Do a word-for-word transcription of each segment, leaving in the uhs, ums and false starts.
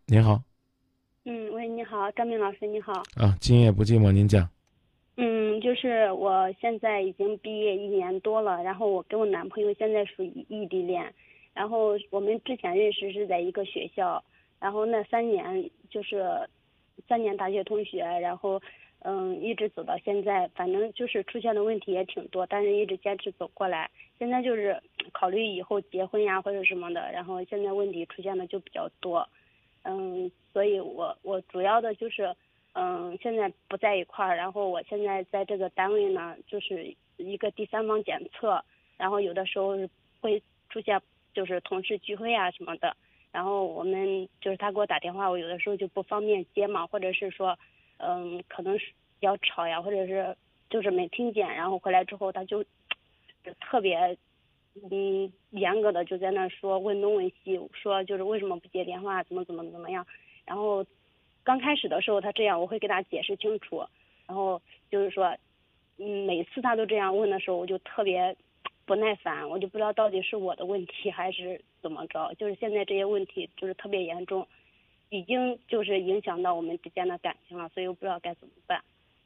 您好。 嗯，喂，你好，张明老师，你好。 啊，今夜不寂寞，您讲。 嗯，就是我现在已经毕业一年多了，然后我跟我男朋友现在属于异地恋，然后我们之前认识是在一个学校，然后那三年就是三年大学同学，然后嗯一直走到现在，反正就是出现的问题也挺多，但是一直坚持走过来。现在就是考虑以后结婚呀或者什么的，然后现在问题出现的就比较多。嗯，所以我我主要的就是，嗯，现在不在一块儿，然后我现在在这个单位呢，就是一个第三方检测，然后有的时候会出现就是同事聚会啊什么的，然后我们就是他给我打电话，我有的时候就不方便接嘛，或者是说，嗯，可能是比较吵呀，或者是就是没听见，然后回来之后他就特别。嗯，严格的就在那说问东问西，说就是为什么不接电话，怎么怎么怎么样。然后刚开始的时候他这样，我会给他解释清楚。然后就是说，嗯，每次他都这样问的时候，我就特别不耐烦，我就不知道到底是我的问题还是怎么着。就是现在这些问题就是特别严重，已经就是影响到我们之间的感情了，所以我不知道该怎么办。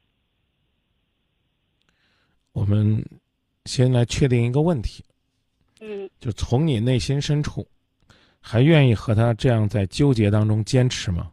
我们先来确定一个问题， 嗯。 就从你内心深处，还愿意和他这样在纠结当中坚持吗？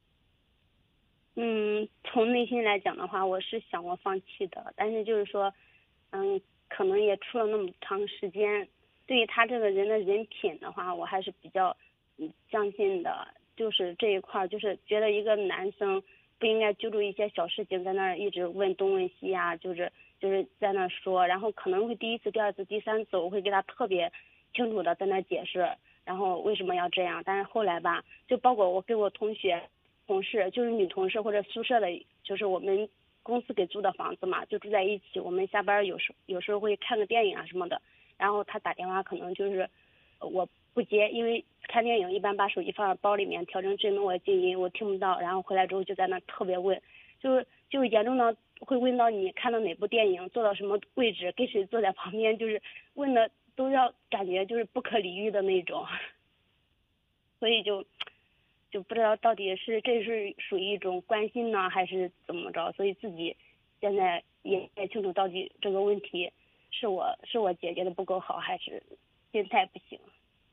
嗯，从内心来讲的话，我是想过放弃的，但是就是说，嗯，可能也处了那么长时间，对于他这个人的人品的话，我还是比较嗯相信的。就是这一块儿，就是觉得一个男生不应该揪住一些小事情在那儿一直问东问西啊，就是就是在那儿说，然后可能会第一次、第二次、第三次，我会给他特别清楚的在那儿解释，然后为什么要这样。但是后来吧，就包括我给我同学。同事就是女同事或者宿舍的，就是我们公司给租的房子嘛，就住在一起。我们下班有时有时候会看个电影啊什么的，然后他打电话可能就是我不接，因为看电影一般把手机放在包里面，调成震动或静音，我听不到。然后回来之后就在那特别问，就是就严重到会问到你看到哪部电影，坐到什么位置，跟谁坐在旁边，就是问的都要感觉就是不可理喻的那种，所以就。就不知道到底是这是属于一种关心呢，还是怎么着，所以自己现在也不太清楚到底这个问题是我是我解决的不够好，还是心态不行。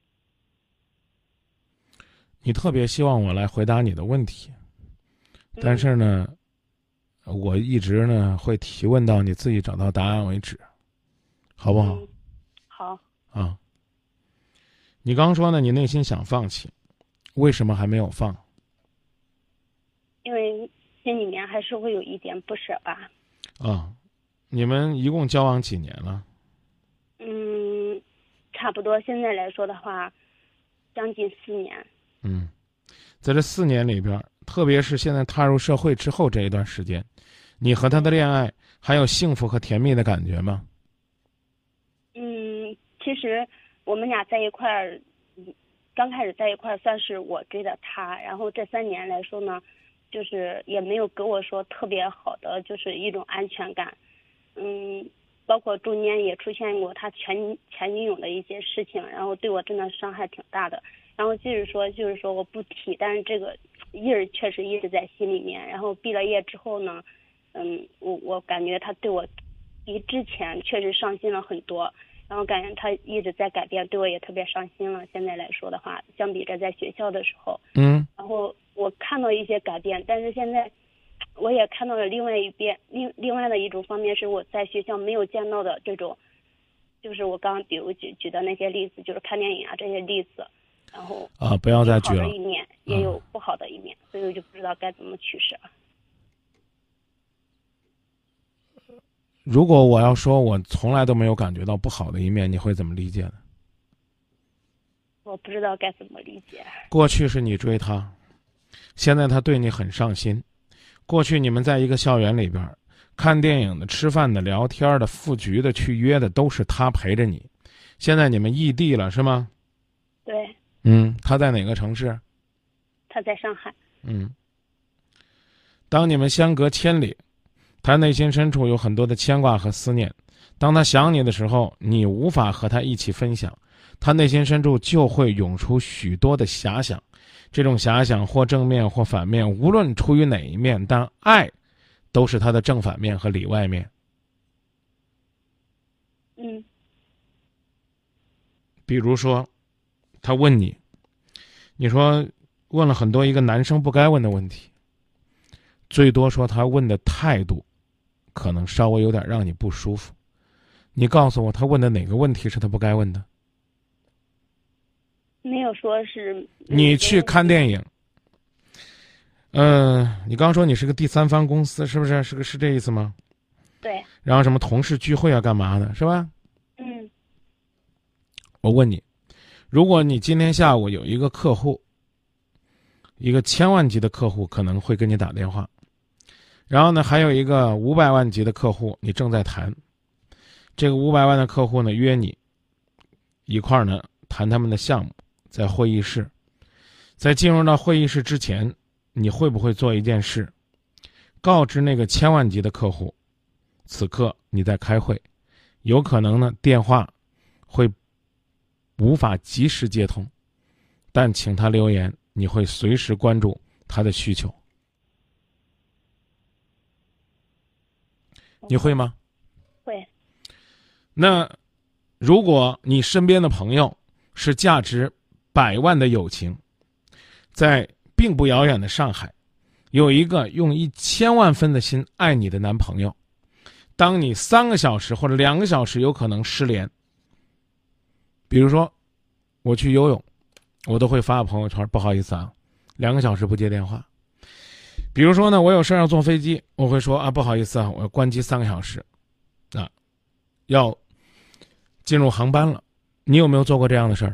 你特别希望我来回答你的问题，但是呢，我一直呢会提问到你自己找到答案为止，好不好？ 嗯，好。 啊，你刚说呢，你内心想放弃，为什么还没有放？ 因为心里面还是会有一点不舍吧。 啊，你们一共交往几年了？ 嗯，差不多现在来说的话，将近四年。 嗯，在这四年里边，特别是现在踏入社会之后这一段时间，你和他的恋爱还有幸福和甜蜜的感觉吗？ 嗯，其实我们俩在一块儿，刚开始在一块儿算是我追的他，然后这三年来说呢，就是也没有给我说特别好的，就是一种安全感。嗯，包括中间也出现过他前前女友的一些事情，然后对我真的伤害挺大的。然后即使说就是说我不提，但是这个印儿确实一直在心里面。然后毕了业之后呢，嗯，我我感觉他对我比之前确实上心了很多。然后感觉他一直在改变，对我也特别伤心了。现在来说的话，相比着在学校的时候， 嗯， 然后我看到一些改变，但是现在我也看到了另外一边，另另外的一种方面是我在学校没有见到的这种，就是我刚刚比如举举的那些例子，就是看电影啊这些例子，然后啊，不要再有好举了。 的一面，也有不好的一面，所以我就不知道该怎么取舍。 如果我要说我从来都没有感觉到不好的一面，你会怎么理解呢？ 我不知道该怎么理解。 过去是你追他，现在他对你很上心。过去你们在一个校园里边，看电影的、吃饭的、聊天的、赴局的、去约的，都是他陪着你。现在你们异地了，是吗？ 对。 嗯，他在哪个城市？ 他在上海。 嗯。当你们相隔千里，他内心深处有很多的牵挂和思念。当他想你的时候，你无法和他一起分享，他内心深处就会涌出许多的遐想。 这种遐想或正面或反面，无论出于哪一面，但爱都是它的正反面和里外面。 嗯。 比如说，他问你，你说问了很多一个男生不该问的问题，最多说他问的态度可能稍微有点让你不舒服。你告诉我，他问的哪个问题是他不该问的？ 没有说是。 你去看电影，嗯、呃，你刚说你是个第三方公司，是不是？是个是这意思吗？ 对。 然后什么同事聚会啊，干嘛的，是吧？ 嗯。 我问你，如果你今天下午有一个客户，一个千万级的客户可能会跟你打电话，然后呢，还有一个五百万级的客户，你正在谈。这个五百万的客户呢，约你一块儿呢谈他们的项目，在会议室。在进入到会议室之前，你会不会做一件事，告知那个千万级的客户，此刻你在开会，有可能呢电话会无法及时接通，但请他留言，你会随时关注他的需求。你会吗？ 会。 那如果你身边的朋友是价值百万的友情，在并不遥远的上海，有一个用一千万分的心爱你的男朋友，当你三个小时或者两个小时有可能失联，比如说我去游泳，我都会发个朋友圈，不好意思啊，两个小时不接电话。比如说呢，我有事要坐飞机，我会说啊，不好意思啊，我要关机三个小时，啊，要进入航班了。你有没有做过这样的事儿？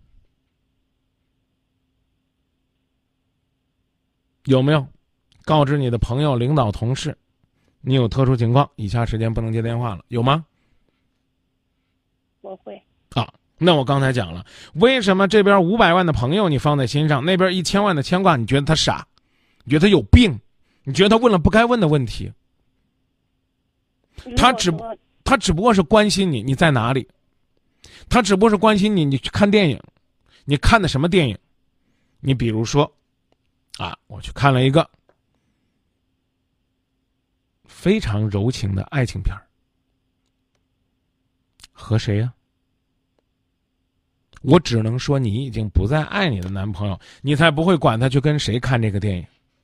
有没有告知你的朋友、领导、同事，你有特殊情况，以下时间不能接电话了，有吗？ 我会。 啊，那我刚才讲了，为什么这边五百万的朋友你放在心上，那边一千万的牵挂，你觉得他傻，你觉得他有病，你觉得他问了不该问的问题？他只他只不过是关心你，你在哪里？他只不过是关心你，你去看电影，你看的什么电影？你比如说，啊，我去看了一个非常柔情的爱情片儿，和谁呀？我只能说，你已经不再爱你的男朋友，你才不会管他去跟谁看这个电影。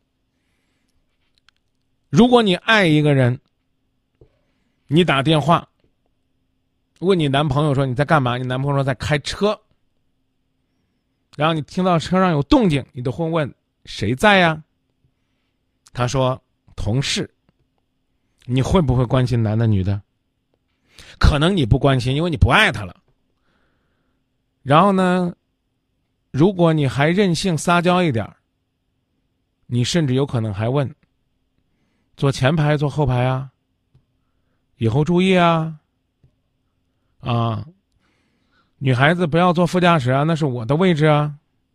如果你爱一个人，你打电话问你男朋友说你在干嘛，你男朋友说在开车，然后你听到车上有动静，你都会问谁在呀？他说同事。你会不会关心男的女的？可能你不关心，因为你不爱他了。然后呢，如果你还任性撒娇一点，你甚至有可能还问坐前排坐后排啊，以后注意啊，啊，女孩子不要坐副驾驶啊，那是我的位置啊。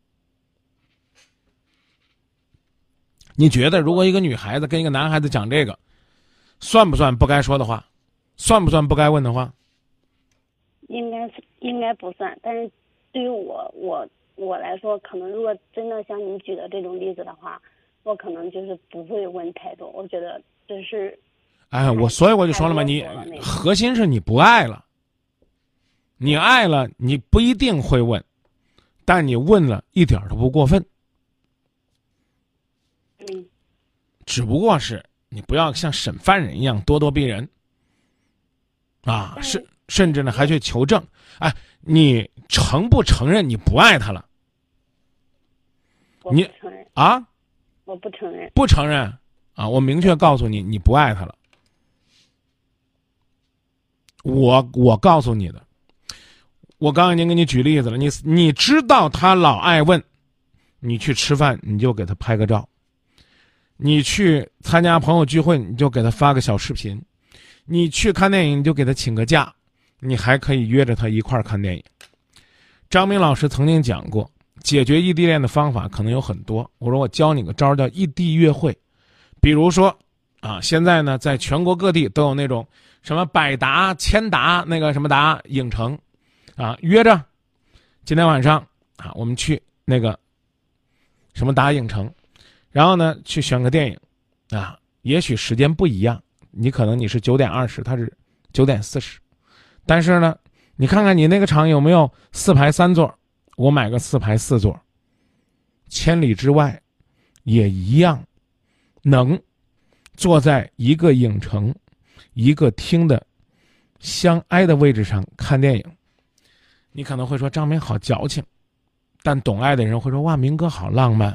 你觉得如果一个女孩子跟一个男孩子讲这个，算不算不该说的话？算不算不该问的话？ 应该应该不算，但是对于我我我来说，可能如果真的像你举的这种例子的话，我可能就是不会问太多。我觉得这是， 哎，我所以我就说了嘛，你核心是你不爱了，你爱了，你不一定会问，但你问了一点都不过分。 嗯， 只不过是你不要像审犯人一样咄咄逼人，啊，甚甚至呢还去求证，哎，你承不承认你不爱他了？ 我不承认啊， 我不承认， 不承认啊！我明确告诉你，你不爱他了。我我告诉你的，我刚刚已经给你举例子了，你你知道他老爱问，你去吃饭你就给他拍个照。你去参加朋友聚会，你就给他发个小视频；你去看电影，你就给他请个假；你还可以约着他一块儿看电影。张明老师曾经讲过，解决异地恋的方法可能有很多。我说我教你个招，叫异地约会。比如说，啊，现在呢，在全国各地都有那种什么百达、千达那个什么达影城，啊，约着，今天晚上啊，我们去那个什么大影城，然后呢去选个电影，啊，也许时间不一样，你可能你是九点二十，他是九点四十，但是呢，你看看你那个场有没有四排三座，我买个四排四座，千里之外，也一样，能坐在一个影城、一个厅的相挨的位置上看电影。你可能会说张明好矫情，但懂爱的人会说哇，明哥好浪漫。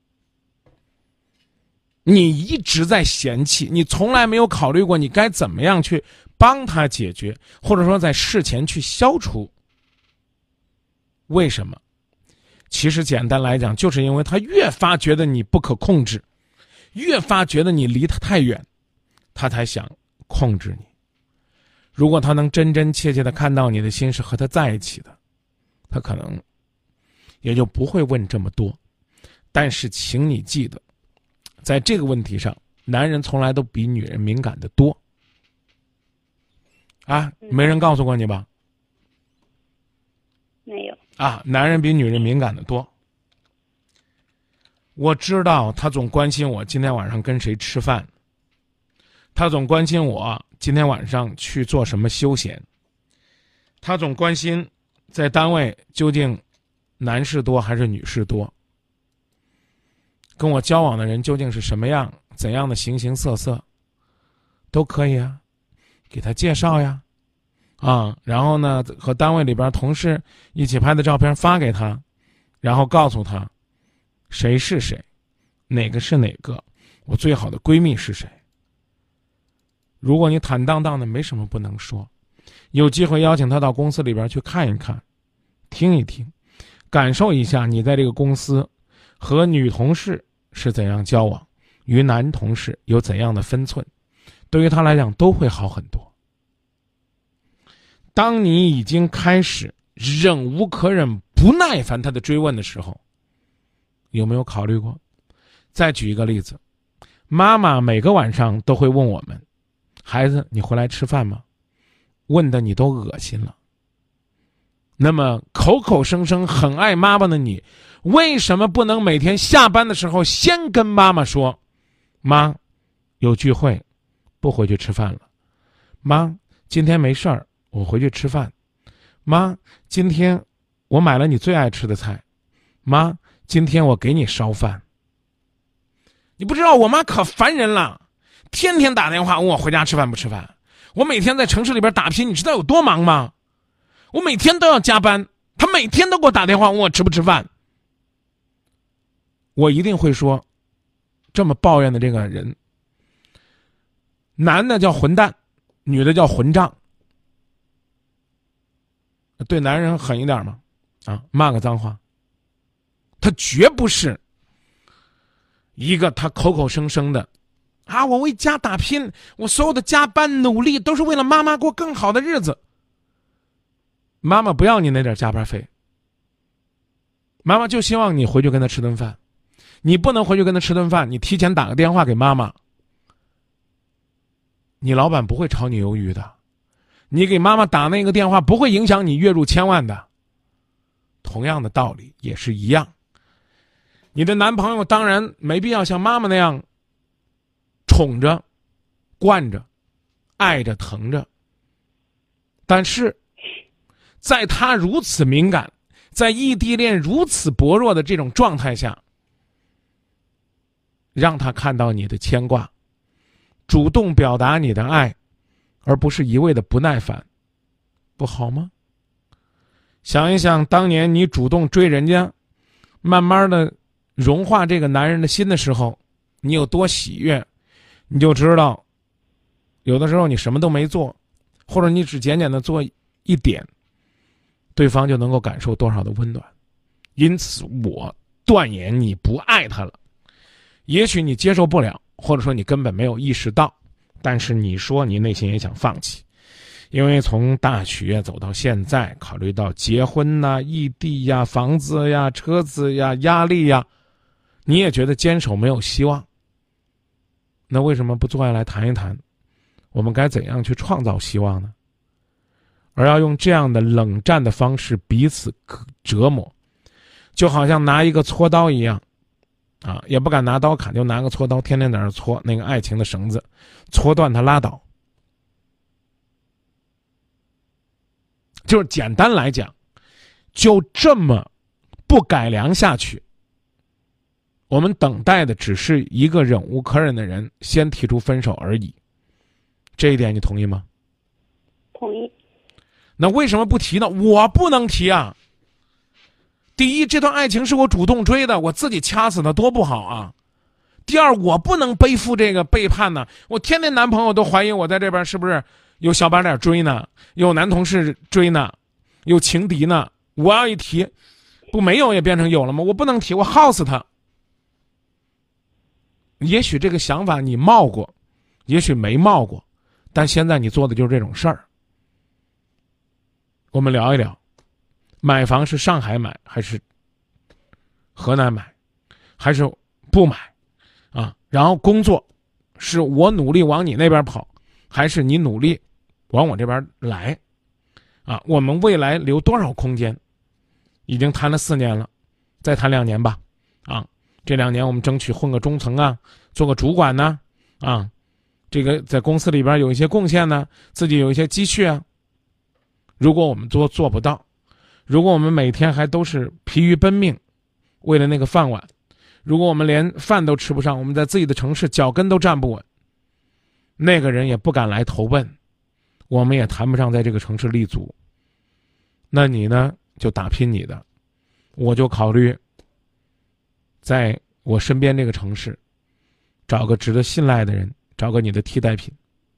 你一直在嫌弃，你从来没有考虑过你该怎么样去帮他解决，或者说在事前去消除。为什么？其实简单来讲，就是因为他越发觉得你不可控制，越发觉得你离他太远，他才想控制你。如果他能真真切切的看到你的心是和他在一起的，他可能也就不会问这么多。但是请你记得，在这个问题上，男人从来都比女人敏感的多。啊，没人告诉过你吧？ 没有。 啊，男人比女人敏感的多。我知道他总关心我今天晚上跟谁吃饭，他总关心我今天晚上去做什么休闲，他总关心在单位究竟男士多还是女士多，跟我交往的人究竟是什么样，怎样的形形色色，都可以啊，给他介绍呀，啊，然后呢和单位里边同事一起拍的照片发给他，然后告诉他谁是谁，哪个是哪个，我最好的闺蜜是谁。如果你坦荡荡的没什么不能说，有机会邀请他到公司里边去看一看，听一听，感受一下你在这个公司和女同事是怎样交往，与男同事有怎样的分寸，对于他来讲都会好很多。当你已经开始忍无可忍、不耐烦他的追问的时候，有没有考虑过？再举一个例子，妈妈每个晚上都会问我们，孩子你回来吃饭吗？问的你都恶心了。那么口口声声很爱妈妈的你，为什么不能每天下班的时候先跟妈妈说，妈有聚会不回去吃饭了，妈今天没事儿我回去吃饭，妈今天我买了你最爱吃的菜，妈今天我给你烧饭。你不知道我妈可烦人了，天天打电话问我回家吃饭不吃饭。我每天在城市里边打拼，你知道有多忙吗？我每天都要加班，她每天都给我打电话问我吃不吃饭。我一定会说，这么抱怨的这个人，男的叫混蛋，女的叫混账。对男人狠一点吗？啊，骂个脏话。他绝不是一个他口口声声的啊，我为家打拼，我所有的加班努力都是为了妈妈过更好的日子。妈妈不要你那点加班费，妈妈就希望你回去跟她吃顿饭。你不能回去跟她吃顿饭，你提前打个电话给妈妈，你老板不会炒你鱿鱼的，你给妈妈打那个电话不会影响你月入千万的。同样的道理也是一样，你的男朋友当然没必要像妈妈那样宠着、惯着、爱着、疼着，但是在他如此敏感，在异地恋如此薄弱的这种状态下，让他看到你的牵挂，主动表达你的爱，而不是一味的不耐烦，不好吗？想一想当年你主动追人家，慢慢的融化这个男人的心的时候，你有多喜悦，你就知道有的时候你什么都没做，或者你只简简的做一点，对方就能够感受多少的温暖。因此我断言你不爱他了。也许你接受不了，或者说你根本没有意识到，但是你说你内心也想放弃。因为从大学走到现在，考虑到结婚呐、异地呀、房子呀、车子呀、压力呀，你也觉得坚守没有希望。那为什么不坐下来谈一谈，我们该怎样去创造希望呢？而要用这样的冷战的方式彼此折磨，就好像拿一个锉刀一样， 啊，也不敢拿刀砍，就拿个锉刀，天天在那儿搓那个爱情的绳子，搓断它拉倒。就是简单来讲，就这么不改良下去，我们等待的只是一个忍无可忍的人先提出分手而已。这一点你同意吗？ 同意。 那为什么不提呢？我不能提啊。第一，这段爱情是我主动追的，我自己掐死的多不好啊。第二，我不能背负这个背叛呢。我天天男朋友都怀疑我在这边是不是有小白脸追呢，有男同事追呢，有情敌呢。我要一提，不没有也变成有了吗？我不能提，我耗死他。也许这个想法你冒过，也许没冒过，但现在你做的就是这种事儿。我们聊一聊，买房是上海买还是河南买，还是不买啊？然后工作是我努力往你那边跑，还是你努力往我这边来啊？我们未来留多少空间？已经谈了四年了，再谈两年吧啊！这两年我们争取混个中层啊，做个主管呢啊，这个在公司里边有一些贡献呢，自己有一些积蓄啊。如果我们做做不到，如果我们每天还都是疲于奔命，为了那个饭碗，如果我们连饭都吃不上，我们在自己的城市脚跟都站不稳，那个人也不敢来投奔，我们也谈不上在这个城市立足。那你呢，就打拼你的，我就考虑在我身边这个城市找个值得信赖的人，找个你的替代品，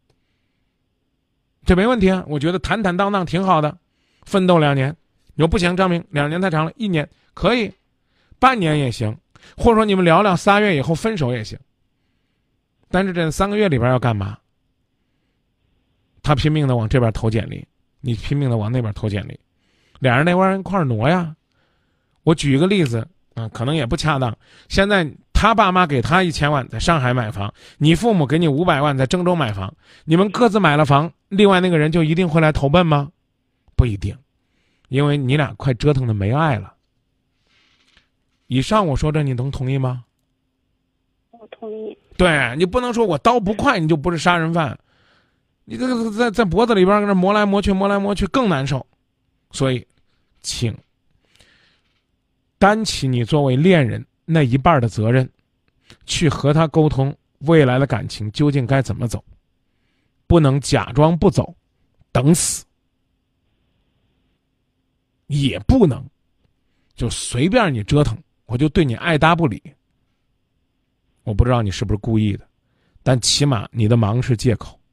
这没问题啊。我觉得坦坦荡荡挺好的，奋斗两年。你说不行，张明，两年太长了，一年可以，半年也行，或者说你们聊聊，仨月以后分手也行。但是这三个月里边要干嘛？他拼命的往这边投简历，你拼命的往那边投简历，俩人那边一块儿挪呀。我举一个例子啊，可能也不恰当。现在他爸妈给他一千万在上海买房，你父母给你五百万在郑州买房，你们各自买了房，另外那个人就一定会来投奔吗？不一定，因为你俩快折腾的没爱了。以上我说这你能同意吗？ 我同意。 对，你不能说我刀不快你就不是杀人犯，你这个在在脖子里边跟这磨来磨去磨来磨去更难受。所以请担起你作为恋人那一半的责任，去和他沟通未来的感情究竟该怎么走，不能假装不走等死，也不能就随便你折腾，我就对你爱答不理。我不知道你是不是故意的，但起码你的忙是借口。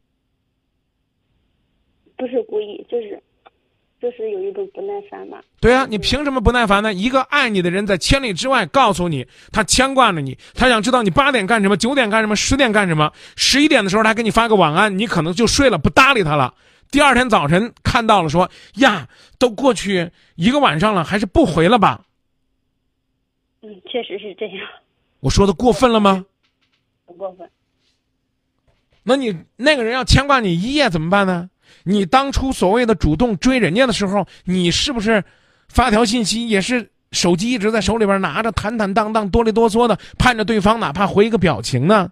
不是故意，就是就是有一种不耐烦嘛。 对啊，你凭什么不耐烦呢？一个爱你的人在千里之外告诉你他牵挂着你，他想知道你八点干什么，九点干什么，十点干什么，十一点的时候他给你发个晚安，你可能就睡了，不搭理他了。第二天早晨看到了说呀，都过去一个晚上了，还是不回了吧。 嗯，确实是这样。 我说的过分了吗？ 不过分。 那你那个人要牵挂你一夜怎么办呢？你当初所谓的主动追人家的时候，你是不是发条信息也是手机一直在手里边拿着，坦坦荡荡哆里哆嗦的盼着对方哪怕回一个表情呢？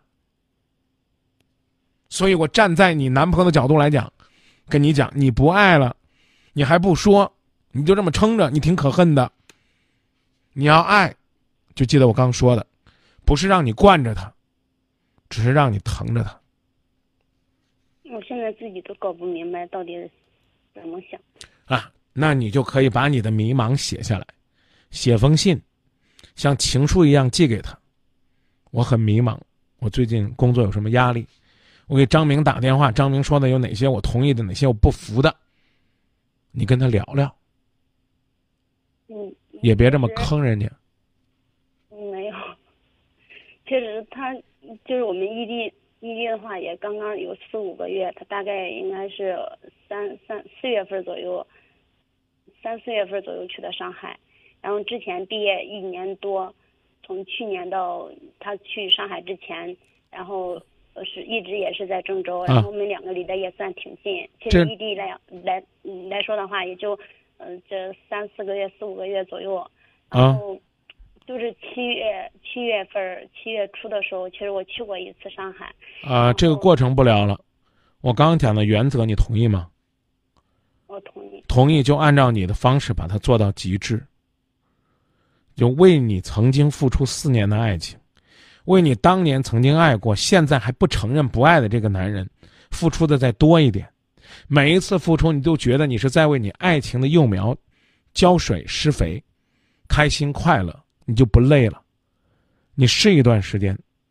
所以我站在你男朋友的角度来讲，跟你讲，你不爱了，你还不说，你就这么撑着，你挺可恨的。你要爱，就记得我刚说的，不是让你惯着他，只是让你疼着他。 我现在自己都搞不明白到底怎么想啊，那你就可以把你的迷茫写下来，写封信，像情书一样寄给他。我很迷茫，我最近工作有什么压力？我给张明打电话，张明说的有哪些我同意的，哪些我不服的，你跟他聊聊。 嗯， 也别这么坑人家。 没有，确实他就是我们异地。异地的话也刚刚有四五个月，他大概应该是三三四月份左右，三四月份左右去的上海。然后之前毕业一年多，从去年到他去上海之前，然后是一直也是在郑州，然后我们两个离得也算挺近。啊、其实异地来来来说的话，也就嗯、呃、这三四个月、四五个月左右。然后就是七月七月份七月初的时候，其实我去过一次上海。 啊、呃，这个过程不聊了。我刚刚讲的原则，你同意吗？ 我同意。 同意就按照你的方式把它做到极致。就为你曾经付出四年的爱情，为你当年曾经爱过，现在还不承认不爱的这个男人，付出的再多一点。每一次付出，你都觉得你是在为你爱情的幼苗浇水施肥，开心快乐，你就不累了。你试一段时间，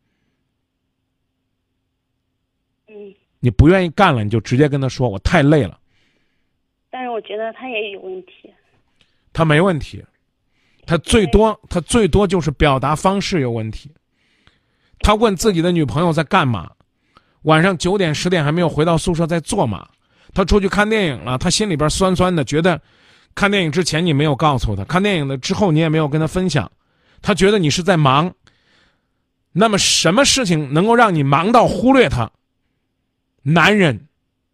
嗯， 你不愿意干了，你就直接跟他说我太累了。 但是我觉得他也有问题。 他没问题，他最多他最多就是表达方式有问题。他问自己的女朋友在干嘛，晚上九点十点还没有回到宿舍，在做嘛？他出去看电影了，他心里边酸酸的，觉得看电影之前你没有告诉他，看电影的之后你也没有跟他分享，他觉得你是在忙。那么什么事情能够让你忙到忽略他？男人，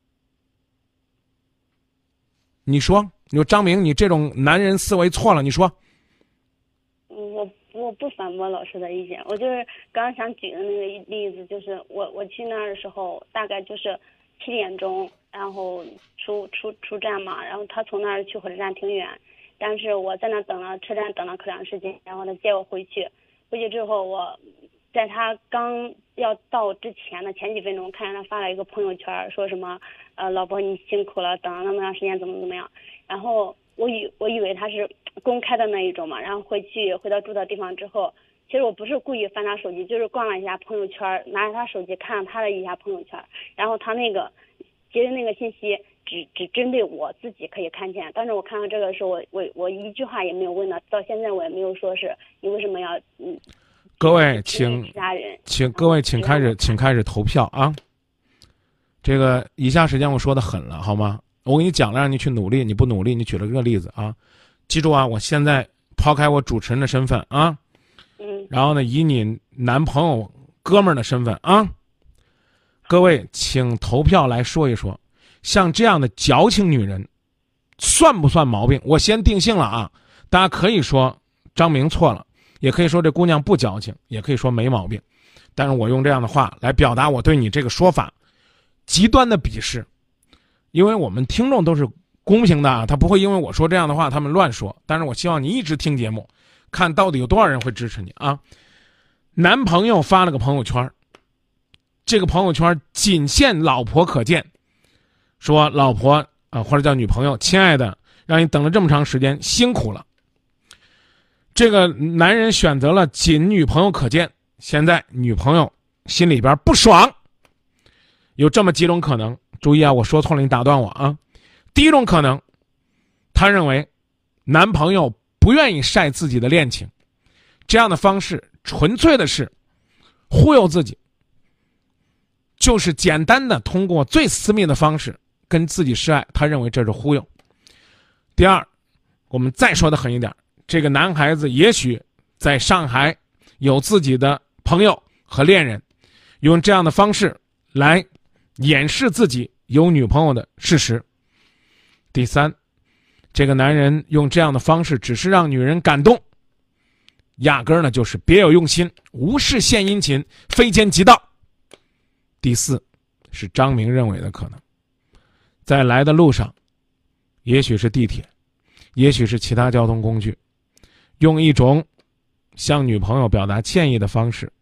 你说，你说张明，你这种男人思维错了，你说。 我我不反驳老师的意见，我就是刚刚想举的那个例子，就是我我去那儿的时候，大概就是七点钟，然后出出出站嘛，然后他从那儿去火车站挺远，但是我在那等了车站等了可长时间，然后他接我回去，回去之后我在他刚要到之前的前几分钟，看见他发了一个朋友圈，说什么呃老婆你辛苦了，等了那么长时间怎么怎么样，然后我以我以为他是公开的那一种嘛，然后回去回到住的地方之后，其实我不是故意翻他手机，就是逛了一下朋友圈，拿着他手机看了他的一下朋友圈，然后他那个其实那个信息只只针对我自己可以看见，但是我看到这个时候，我我我一句话也没有问他，到现在我也没有说是你为什么要嗯。 各位，请请各位，请开始，请开始投票啊！这个以下时间我说的狠了，好吗？我给你讲了，让你去努力，你不努力，你举了个例子啊！记住啊，我现在抛开我主持人的身份啊， 嗯， 然后呢，以你男朋友哥们儿的身份啊，各位，请投票来说一说，像这样的矫情女人，算不算毛病？我先定性了啊，大家可以说张明错了。也可以说这姑娘不矫情，也可以说没毛病，但是我用这样的话来表达我对你这个说法极端的鄙视，因为我们听众都是公平的啊，他不会因为我说这样的话他们乱说，但是我希望你一直听节目，看到底有多少人会支持你啊。男朋友发了个朋友圈，这个朋友圈仅限老婆可见，说老婆啊或者叫女朋友，亲爱的，让你等了这么长时间，辛苦了。这个男人选择了仅女朋友可见，现在女朋友心里边不爽，有这么几种可能。注意啊，我说错了，你打断我啊。第一种可能，他认为男朋友不愿意晒自己的恋情，这样的方式纯粹的是忽悠自己，就是简单的通过最私密的方式跟自己示爱，他认为这是忽悠。第二，我们再说的狠一点，这个男孩子也许在上海有自己的朋友和恋人，用这样的方式来掩饰自己有女朋友的事实。第三，这个男人用这样的方式只是让女人感动，压根儿呢就是别有用心，无事献殷勤，非奸即盗。第四，是张明认为的可能，在来的路上，也许是地铁，也许是其他交通工具，用一种向女朋友表达歉意的方式，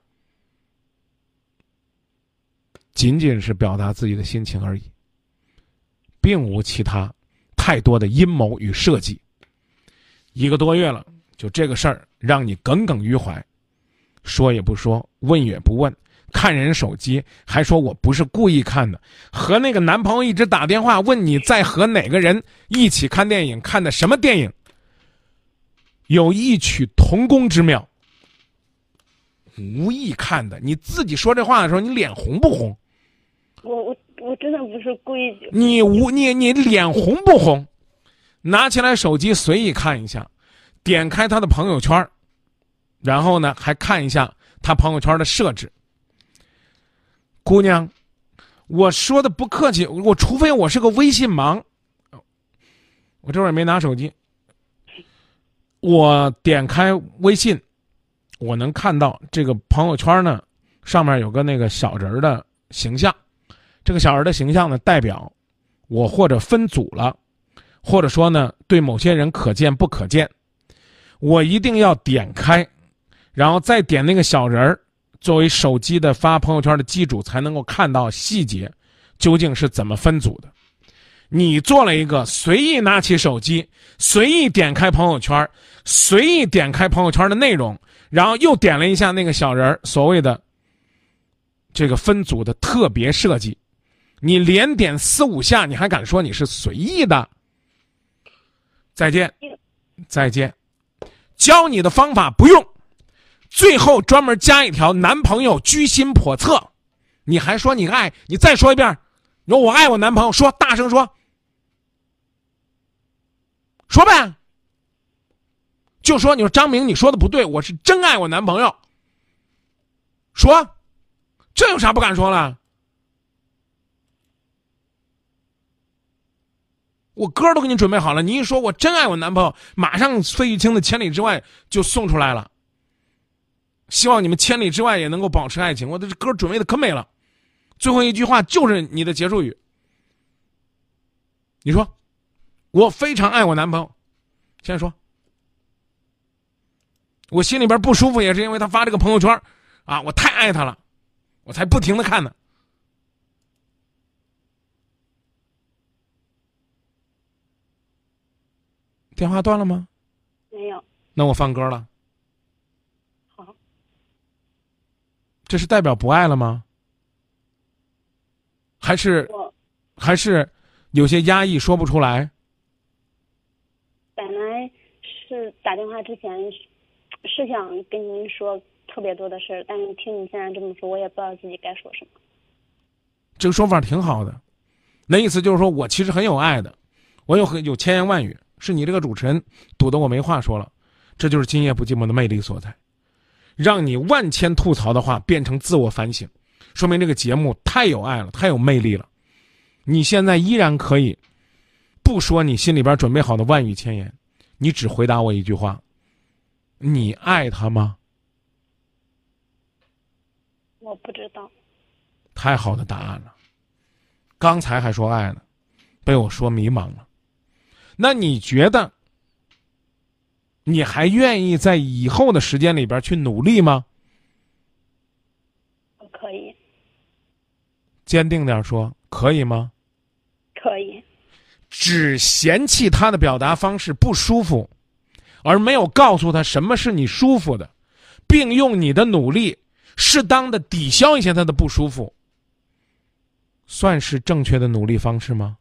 仅仅是表达自己的心情而已，并无其他太多的阴谋与设计。一个多月了，就这个事儿让你耿耿于怀，说也不说，问也不问，看人手机还说我不是故意看的，和那个男朋友一直打电话问你在和哪个人一起看电影，看的什么电影，有异曲同工之妙。无意看的，你自己说这话的时候，你脸红不红？ 我我我真的不是故意。 你无你你脸红不红？拿起来手机随意看一下，点开他的朋友圈，然后呢还看一下他朋友圈的设置。姑娘，我说的不客气，我除非我是个微信盲，我这会儿也没拿手机。 我点开微信，我能看到这个朋友圈呢，上面有个那个小人的形象，这个小人的形象呢，代表我或者分组了，或者说呢，对某些人可见不可见，我一定要点开，然后再点那个小人儿，作为手机的发朋友圈的机主，才能够看到细节究竟是怎么分组的。你做了一个随意拿起手机，随意点开朋友圈，随意点开朋友圈的内容，然后又点了一下那个小人儿，所谓的这个分组的特别设计，你连点四五下，你还敢说你是随意的？再见，再见。教你的方法不用，最后专门加一条男朋友居心叵测，你还说你爱，你再说一遍，你说我爱我男朋友，说大声说，说呗，就说你说张明你说的不对，我是真爱我男朋友，说，这有啥不敢说了？我歌都给你准备好了，你一说我真爱我男朋友，马上费玉清的千里之外就送出来了，希望你们千里之外也能够保持爱情，我的这歌准备的可美了，最后一句话就是你的结束语，你说我非常爱我男朋友，现在说我心里边不舒服也是因为他发这个朋友圈啊，我太爱他了，我才不停的看呢。电话断了吗？ 没有。 那我放歌了。 好。 这是代表不爱了吗？还是还是有些压抑说不出来？ 本来是打电话之前是想跟您说特别多的事儿，但是听你现在这么说，我也不知道自己该说什么。 这个说法挺好的，那意思就是说我其实很有爱的，我有很有千言万语，是你这个主持人堵得我没话说了，这就是今夜不寂寞的魅力所在，让你万千吐槽的话变成自我反省，说明这个节目太有爱了，太有魅力了。你现在依然可以不说你心里边准备好的万语千言，你只回答我一句话，你爱他吗？ 我不知道。 太好的答案了，刚才还说爱呢，被我说迷茫了。那你觉得你还愿意在以后的时间里边去努力吗？ 可以。 坚定点说，可以吗？ 可以。 只嫌弃他的表达方式不舒服，而没有告诉他什么是你舒服的，并用你的努力适当的抵消一些他的不舒服，算是正确的努力方式吗？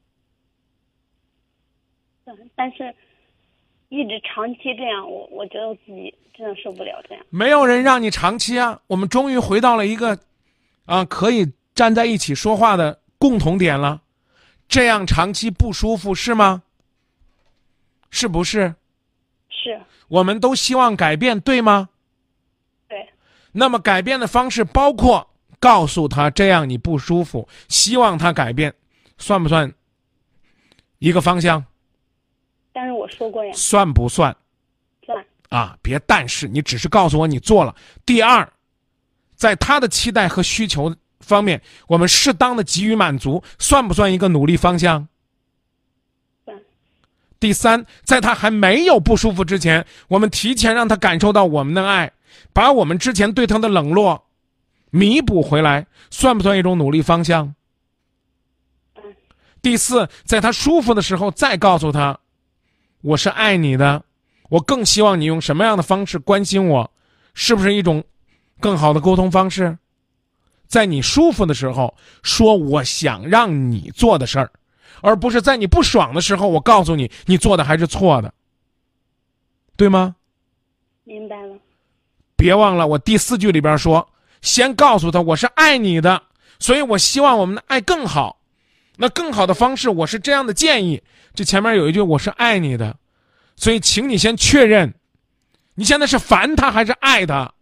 但是一直长期这样，我我觉得我自己真的受不了这样。 没有人让你长期啊，我们终于回到了一个啊可以站在一起说话的共同点了。这样长期不舒服是吗？是不是？ 是。 我们都希望改变，对吗？ 对。 那么改变的方式包括告诉他这样你不舒服，希望他改变，算不算一个方向？ 但是我说过呀。 算不算？ 算。 啊，别但是，你只是告诉我你做了。第二，在他的期待和需求方面，我们适当的给予满足，算不算一个努力方向？ 算。 第三，在他还没有不舒服之前，我们提前让他感受到我们的爱，把我们之前对他的冷落弥补回来，算不算一种努力方向？ 嗯。 第四，在他舒服的时候再告诉他我是爱你的，我更希望你用什么样的方式关心我，是不是一种更好的沟通方式？在你舒服的时候说我想让你做的事儿，而不是在你不爽的时候我告诉你你做的还是错的，对吗？ 明白了。 别忘了我第四句里边说，先告诉他我是爱你的，所以我希望我们的爱更好，那更好的方式我是这样的建议，这前面有一句我是爱你的，所以请你先确认你现在是烦他还是爱他。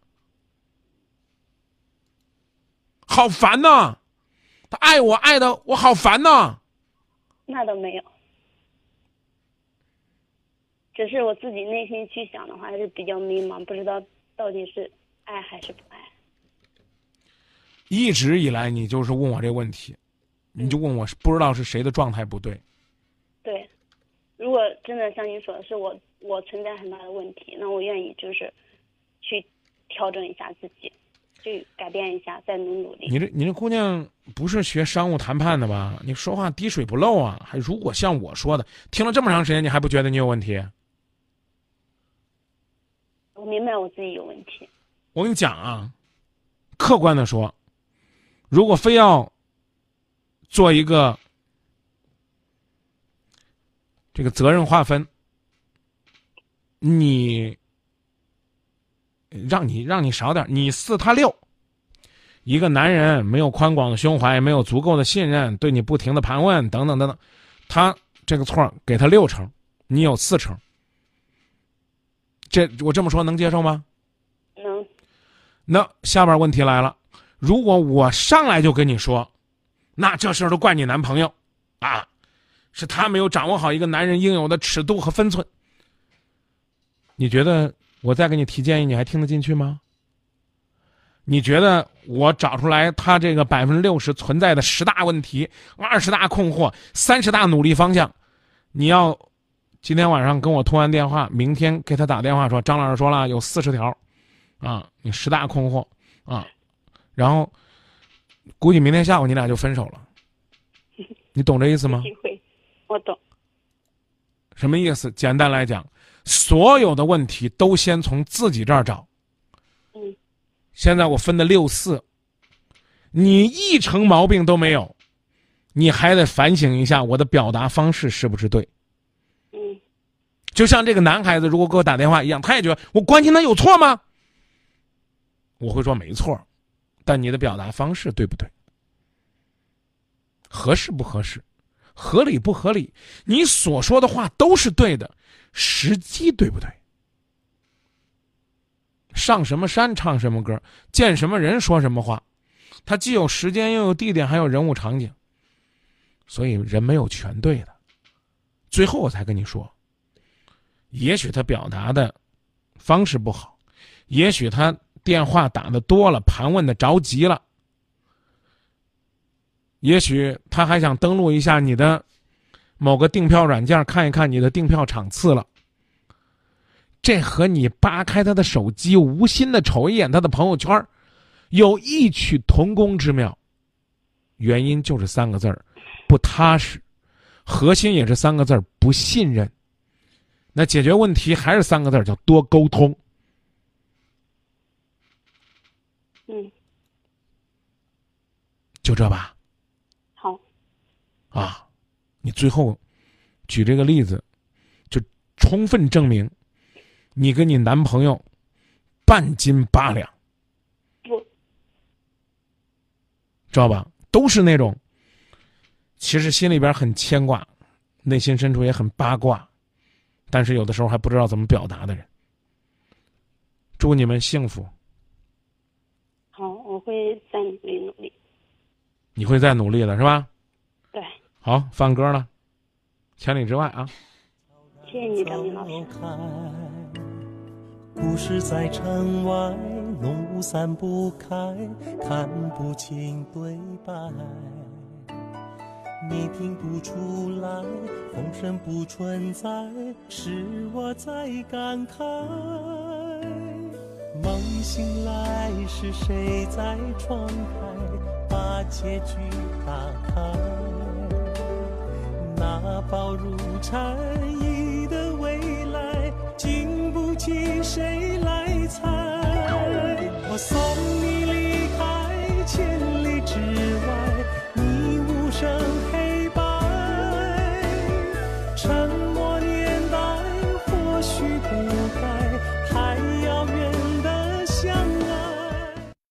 好烦呐，他爱我爱的我好烦呐。 那倒没有。 只是我自己内心去想的话，还是比较迷茫，不知道到底是爱还是不爱。 一直以来你就是问我这个问题，你就问我不知道是谁的状态不对。 对，如果真的像你说的是我我存在很大的问题，那我愿意就是去调整一下自己，去改变一下，再努努力。 你这你这姑娘不是学商务谈判的吧？你说话滴水不漏啊！还如果像我说的，听了这么长时间，你还不觉得你有问题？ 我明白我自己有问题。 我跟你讲啊，客观的说，如果非要做一个这个责任划分，你让你让你少点，你四他六。一个男人没有宽广的胸怀，没有足够的信任，对你不停的盘问，等等等等，他这个错给他六成，你有四成。这我这么说能接受吗？ 能。 那下边问题来了，如果我上来就跟你说，那这事儿都怪你男朋友啊，是他没有掌握好一个男人应有的尺度和分寸。你觉得我再给你提建议，你还听得进去吗？你觉得我找出来他这个百分之六十存在的十大问题、二十大困惑、三十大努力方向，你要今天晚上跟我通完电话，明天给他打电话说，张老师说了有四十条，啊，你十大困惑啊，然后估计明天下午你俩就分手了，你懂这意思吗？ 机会，我懂。 什么意思？简单来讲，所有的问题都先从自己这儿找。 嗯。 现在我分的六四，你一成毛病都没有，你还得反省一下我的表达方式是不是对。 嗯， 就像这个男孩子如果给我打电话一样，他也觉得我关心他有错吗？我会说没错，但你的表达方式对不对？合适不合适？合理不合理？你所说的话都是对的，时机对不对？上什么山唱什么歌，见什么人说什么话，它既有时间又有地点还有人物场景，所以人没有全对的。最后我才跟你说，也许他表达的方式不好，也许他电话打的多了，盘问的着急了，也许他还想登录一下你的某个订票软件，看一看你的订票场次了。这和你扒开他的手机，无心的瞅一眼他的朋友圈，有异曲同工之妙。原因就是三个字儿，不踏实。核心也是三个字儿，不信任。那解决问题还是三个字儿，叫多沟通。 嗯， 就这吧。 好。 啊，你最后举这个例子，就充分证明你跟你男朋友半斤八两。 不， 知道吧？都是那种其实心里边很牵挂，内心深处也很八卦，但是有的时候还不知道怎么表达的人。祝你们幸福。 好，我会再努力努力。 你会再努力的是吧？ 对。 好，放歌了，千里之外啊。 谢谢你，张明老师。 故事在城外，浓雾散不开，看不清对白。你听不出来，风声不存在，是我在感慨。梦醒来，是谁在窗台把结局打开？那薄如蝉翼的未来，经不起谁来猜。我送你离开千里之外，你无声黑白。